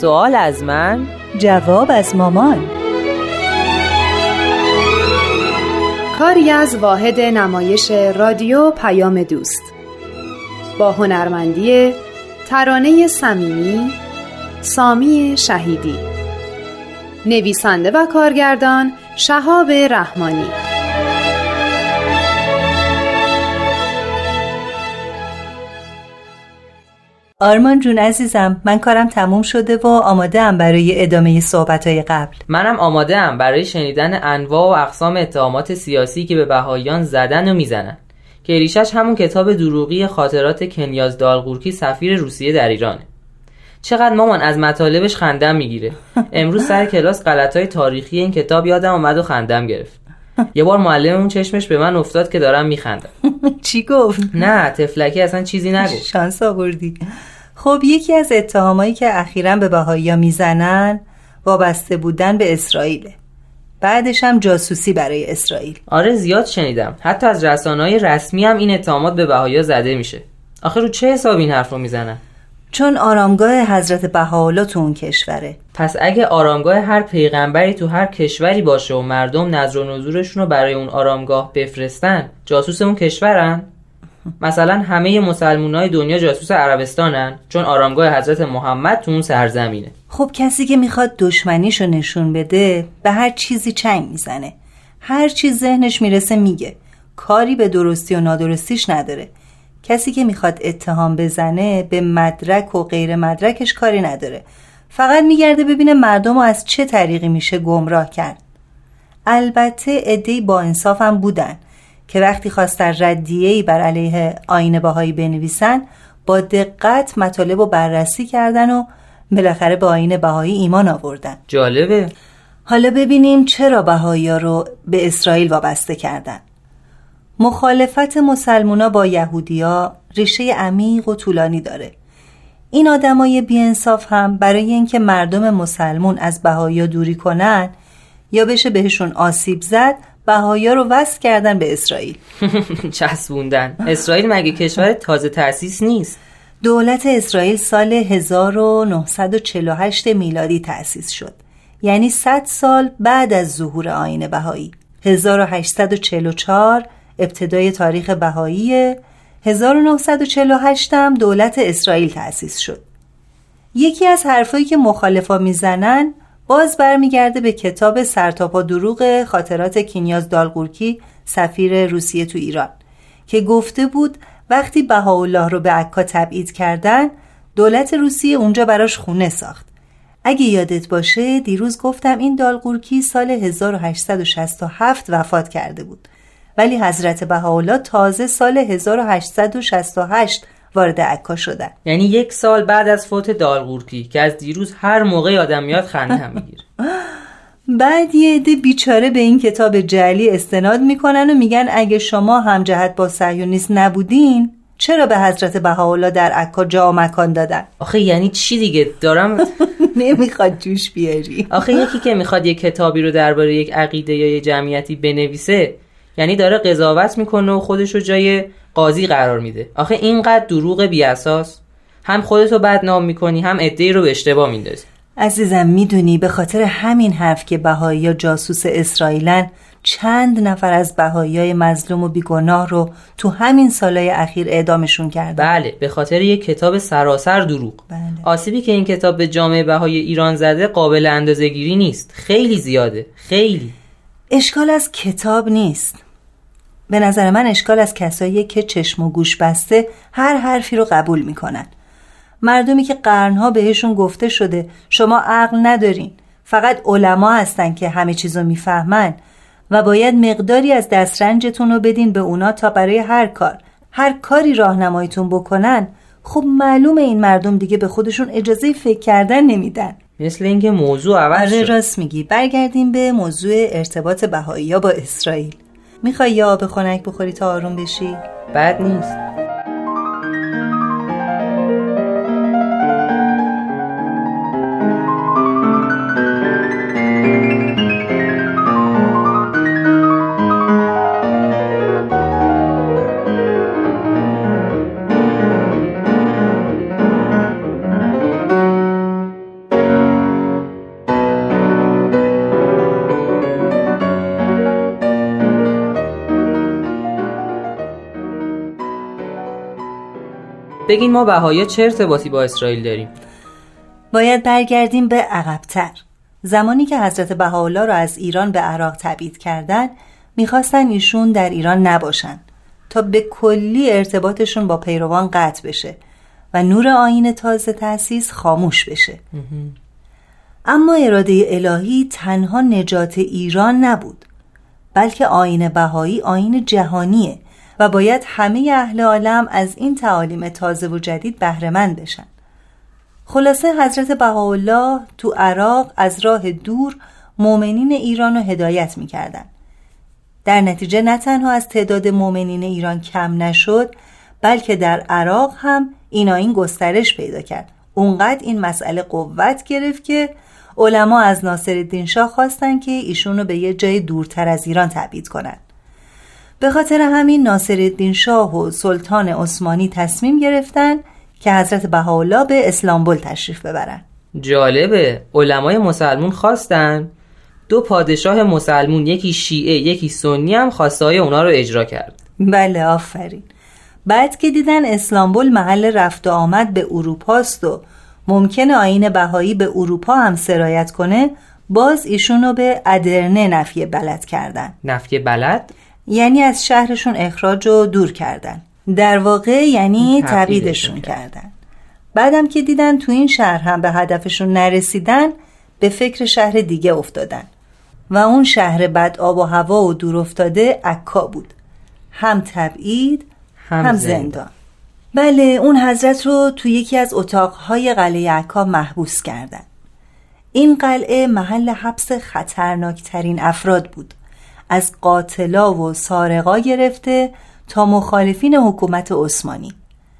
سوال از من، جواب از مامان. کاری از واحد نمایش رادیو پیام دوست با هنرمندی ترانه صمیمی، سامی شهیدی، نویسنده و کارگردان شهاب رحمانی. آرمان جون عزیزم، من کارم تموم شده و آماده ام برای ادامه صحبت‌های قبل. منم آماده ام برای شنیدن انواع و اقسام اتهامات سیاسی که به بهائیان زدن و میزنن، که ریشش همون کتاب دروغی خاطرات کنیاز دالقورکی سفیر روسیه در ایرانه. چقدر مامان از مطالبش خندم میگیره. امروز سر کلاس غلطای تاریخی این کتاب یادم اومد و خندم گرفت. یه بار معلممون چشمش به من افتاد که دارم میخندم. چی گفت؟ نه تفلکی اصلا چیزی نگفت. شانس آوردی. خب یکی از اتهامایی که اخیراً به بهائی‌ها میزنن وابسته بودن به اسرائیل. بعدش هم جاسوسی برای اسرائیل. آره زیاد شنیدم. حتی از رسانه‌های رسمی هم این اتهامات به بهائی‌ها زده میشه. آخه رو چه حساب این حرف رو میزنن؟ چون آرامگاه حضرت بهاءالله تو اون کشوره. پس اگه آرامگاه هر پیغمبری تو هر کشوری باشه و مردم نذر و نذورشون رو برای اون آرامگاه بفرستن، جاسوس اون کشورن؟ مثلا همه مسلمانای دنیا جاسوس عربستانن چون آرامگاه حضرت محمد تو اون سرزمینه. خب کسی که میخواد دشمنیشو نشون بده به هر چیزی چنگ میزنه. هر چیز ذهنش میرسه میگه. کاری به درستی و نادرستیش نداره. کسی که میخواد اتهام بزنه به مدرک و غیر مدرکش کاری نداره. فقط میگرده ببینه مردم رو از چه طریقی میشه گمراه کرد. البته عده‌ای با انصاف هم بودن که وقتی خواستن ردیه‌ای بر علیه آیین بهایی بنویسن با دقت مطالب رو بررسی کردن و بالاخره به آیین بهایی ایمان آوردن. جالبه. حالا ببینیم چرا بهایی‌ها رو به اسرائیل وابسته کردن. مخالفت مسلمونا با یهودیا ریشه عمیق و طولانی داره. این آدمای بی‌انصاف هم برای اینکه مردم مسلمون از بهایی‌ها دوری کنن یا بشه بهشون آسیب زد، بهایی‌ها رو وصل کردن به اسرائیل. چسبوندن. اسرائیل مگه کشور تازه تأسیس نیست؟ دولت اسرائیل سال 1948 میلادی تأسیس شد. یعنی 100 سال بعد از ظهور آیین بهایی. 1844 ابتدای تاریخ بهایی، 1948 هم دولت اسرائیل تأسیس شد. یکی از حرفایی که مخالفا میزنن باز برمیگرده به کتاب سرتاپا دروغ خاطرات کنیاز دالقورکی سفیر روسیه تو ایران که گفته بود وقتی بهاءالله رو به عکا تبعید کردن دولت روسیه اونجا براش خونه ساخت. اگه یادت باشه دیروز گفتم این دالقورکی سال 1867 وفات کرده بود، ولی حضرت بهاءالله تازه سال 1868 وارد عکا شدن. یعنی 1 سال بعد از فوت دالقورکی که از دیروز هر موقع آدم میاد خنده هم میگیره. بعد یه عده بیچاره به این کتاب جعلی استناد میکنن و میگن اگه شما هم جهت با صهیونیسم نبودین چرا به حضرت بهاءالله در عکا جا و مکان دادن؟ آخه یعنی چی دیگه؟ دارم نمیخواد جوش بیاری. آخه یکی که میخواد یک کتابی رو درباره یک عقیده یا یک جمعیتی بنویسه یعنی داره قضاوت میکنه و خودش رو جای قاضی قرار میده. آخه اینقدر دروغ بی اساس، هم خودتو بدنام میکنی هم عده‌ای رو به اشتباه میندازی. عزیزم میدونی به خاطر همین حرف که بهائی‌ها جاسوس اسرائیلن چند نفر از بهائی‌های مظلوم و بیگناه رو تو همین سالهای اخیر اعدامشون کردن. بله، به خاطر یک کتاب سراسر دروغ. بله. آسیبی که این کتاب به جامعه بهائی ایران زده قابل اندازه‌گیری نیست. خیلی زیاده، خیلی. اشکال از کتاب نیست. به نظر من اشکال از کسایی که چشم و گوش بسته هر حرفی رو قبول میکنن. مردمی که قرنها بهشون گفته شده شما عقل ندارین، فقط علما هستن که همه چیزو میفهمن و باید مقداری از دسترنجتون رو بدین به اونا تا برای هر کاری راهنماییتون بکنن. خب معلومه این مردم دیگه به خودشون اجازه فکر کردن نمیدن. مثل اینکه موضوع عوض شد. آره راست میگی. برگردیم به موضوع ارتباط بهائی‌ها با اسرائیل. میخوای یه آب خنک بخوری تا آروم بشی؟ بد نیست. بگین ما بهائی‌ها چه ارتباطی با اسرائیل داریم؟ باید برگردیم به عقب‌تر. زمانی که حضرت بهاءالله رو از ایران به عراق تبعید کردن، میخواستن ایشون در ایران نباشن تا به کلی ارتباطشون با پیروان قطع بشه و نور آیین تازه تأسیس خاموش بشه. اما اراده الهی تنها نجات ایران نبود، بلکه آیین بهایی آیین جهانیه و باید همه اهل عالم از این تعالیم تازه و جدید بهره‌مند بشن. خلاصه حضرت بهاءالله تو عراق از راه دور مؤمنین ایران رو هدایت می‌کردن. در نتیجه نه تنها از تعداد مؤمنین ایران کم نشد، بلکه در عراق هم این آیین گسترش پیدا کرد. اونقدر این مسئله قوت گرفت که علما از ناصرالدین شاه خواستن که ایشونو به یه جای دورتر از ایران تبعید کنن. به خاطر همین ناصرالدین شاه و سلطان عثمانی تصمیم گرفتن که حضرت بهاءالله به اسلامبول تشریف ببرن. جالبه، علمای مسلمون خواستن، 2 پادشاه مسلمون، یکی شیعه یکی سنی، هم خواستهای اونا رو اجرا کرد. بله آفرین. بعد که دیدن اسلامبول محل رفت و آمد به اروپاست و ممکنه آیین بهایی به اروپا هم سرایت کنه، باز ایشونو به ادرنه نفی بلد کردن. نفی بلد؟ یعنی از شهرشون اخراج و دور کردن. در واقع یعنی تبعیدشون کردن. بعدم که دیدن تو این شهر هم به هدفشون نرسیدن، به فکر شهر دیگه افتادن و اون شهر بد آب و هوا و دور افتاده عکا بود. هم تبعید هم زندان. بله، اون حضرت رو تو یکی از اتاقهای قلعه عکا محبوس کردن. این قلعه محل حبس خطرناکترین افراد بود، از قاتلا و سارقا گرفته تا مخالفین حکومت عثمانی.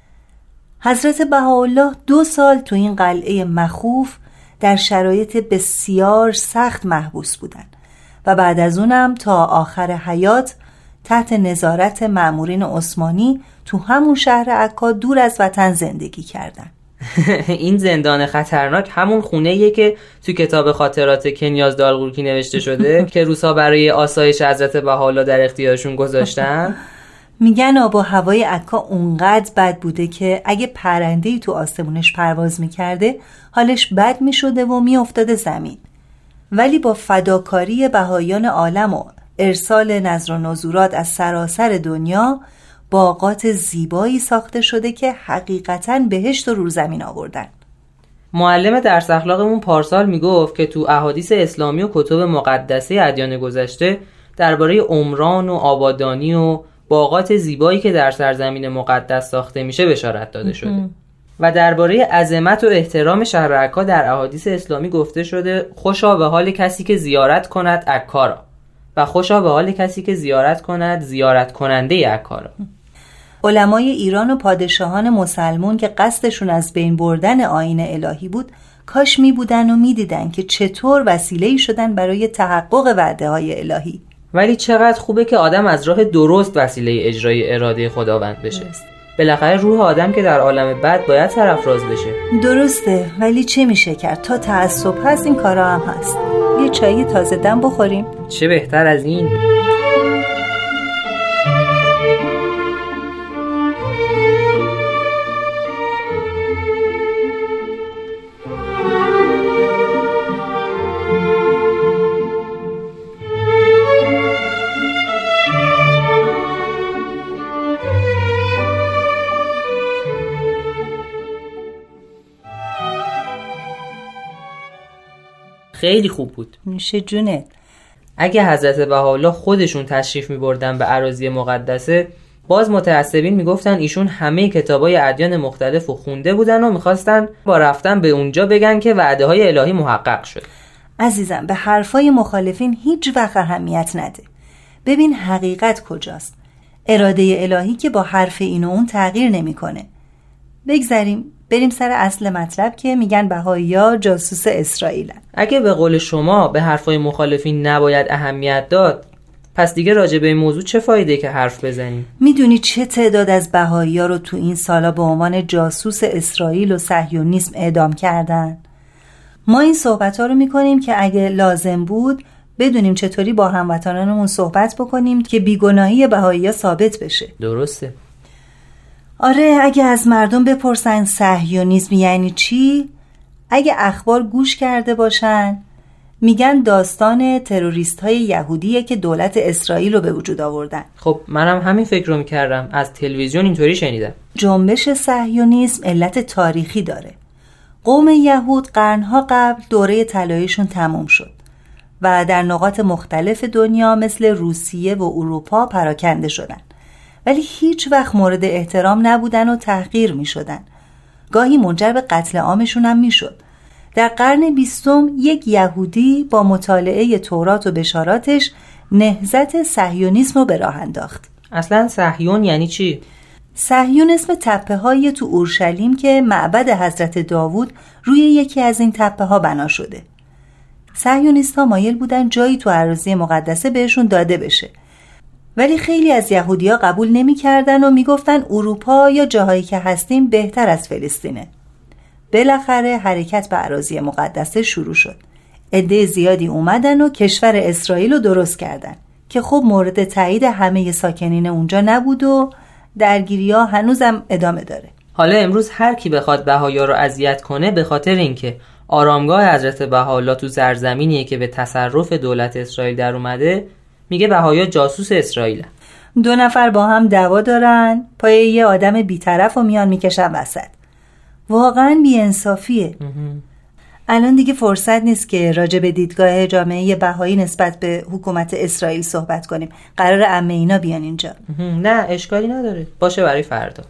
حضرت بهاءالله 2 سال تو این قلعه مخوف در شرایط بسیار سخت محبوس بودن و بعد از اونم تا آخر حیات تحت نظارت مأمورین عثمانی تو همون شهر عکا دور از وطن زندگی کردن. این زندان خطرناک همون خونه‌ایه که تو کتاب خاطرات کنیاز دالقورکی نوشته شده که روسا برای آسایش حضرت بهاءالله در اختیارشون گذاشتن. میگن آب و هوای عکا اونقدر بد بوده که اگه پرنده‌ای تو آسمونش پرواز میکرده حالش بد میشده و میافتاده زمین. ولی با فداکاری بهاییان عالم و ارسال نذر و نذورات از سراسر دنیا، باغات زیبایی ساخته شده که حقیقتاً بهشت رو زمین آوردن. معلم درس اخلاقمون پارسال میگفت که تو احادیث اسلامی و کتب مقدسه ادیان گذشته درباره عمران و آبادانی و باغات زیبایی که در سرزمین مقدس ساخته میشه بشارت داده شده و درباره عظمت و احترام شهر عکا در احادیث اسلامی گفته شده خوشا به حال کسی که زیارت کند عکا را و خوشا به حال کسی که زیارت کند زیارت کننده عکا را. علمای ایران و پادشاهان مسلمون که قصدشون از بین بردن آیین الهی بود، کاش می بودن و می دیدن که چطور وسیله‌ای شدن برای تحقق وعده های الهی. ولی چقدر خوبه که آدم از راه درست وسیله اجرای اراده خداوند بشه. بالاخره روح آدم که در عالم بد باید سرافراز بشه. درسته، ولی چه میشه کرد؟ تا تعصب هست این کارا هم هست. یه چای تازه دم بخوریم؟ چه بهتر از این؟ خیلی خوب بود. میشه جونت. اگه حضرت بهاءالله خودشون تشریف می‌بردن به اراضی مقدسه، باز متعصبین میگفتن ایشون همه کتابای ادیان مختلف رو خونده بودن و میخواستن با رفتن به اونجا بگن که وعده های الهی محقق شد. عزیزم، به حرفای مخالفین هیچ وقت اهمیت نده. ببین حقیقت کجاست. اراده الهی که با حرف این و اون تغییر نمیکنه. بگذاریم بریم سر اصل مطلب که میگن بهائی‌ها جاسوس اسرائیلن. اگه به قول شما به حرفای مخالفین نباید اهمیت داد، پس دیگه راجع به این موضوع چه فایده که حرف بزنیم؟ میدونی چه تعداد از بهائی‌ها رو تو این سالا به عنوان جاسوس اسرائیل و صهیونیسم اعدام کردن؟ ما این صحبت‌ها رو میکنیم که اگه لازم بود بدونیم چطوری با هموطنانمون صحبت بکنیم که بیگناهی بهائی‌ها ثابت بشه. درسته. آره، اگه از مردم بپرسن صهیونیسم یعنی چی، اگه اخبار گوش کرده باشن، میگن داستان تروریست های یهودیه که دولت اسرائیل رو به وجود آوردن. خب منم همین فکر رو میکردم، از تلویزیون اینطوری شنیدم. جنبش صهیونیسم علت تاریخی داره. قوم یهود قرنها قبل دوره طلاییشون تموم شد و در نقاط مختلف دنیا مثل روسیه و اروپا پراکنده شدن، ولی هیچ وقت مورد احترام نبودن و تحقیر می شدن. گاهی منجر به قتل عامشون هم می شد. در قرن 20 یک یهودی با مطالعه تورات و بشاراتش نهضت صهیونیسم رو به راه انداخت. اصلا صهیون یعنی چی؟ صهیون اسم تپه های تو اورشلیم که معبد حضرت داوود روی یکی از این تپه ها بنا شده. صهیونیست ها مایل بودن جایی تو اراضی مقدسه بهشون داده بشه، ولی خیلی از یهودی‌ها قبول نمی‌کردن و میگفتن اروپا یا جاهایی که هستیم بهتر از فلسطینه. بالاخره حرکت به اراضی مقدسه شروع شد. عده زیادی اومدن و کشور اسرائیل رو درست کردن که خب مورد تایید همه ساکنین اونجا نبود و درگیری‌ها هنوزم ادامه داره. حالا امروز هر کی بخواد بهائی‌ها رو اذیت کنه به خاطر اینکه آرامگاه حضرت بهاءالله تو زرزمینیه که به تصرف دولت اسرائیل در اومده، میگه بهائی‌ها جاسوس اسرائیلن. 2 نفر با هم دعوا دارن، پای یه آدم بی‌طرف و میان میکشن وسط. واقعاً بی‌انصافیه. الان دیگه فرصت نیست که راجع به دیدگاه جامعه بهایی نسبت به حکومت اسرائیل صحبت کنیم. قراره عمه اینا بیان اینجا. نه اشکالی نداره، باشه برای فردا.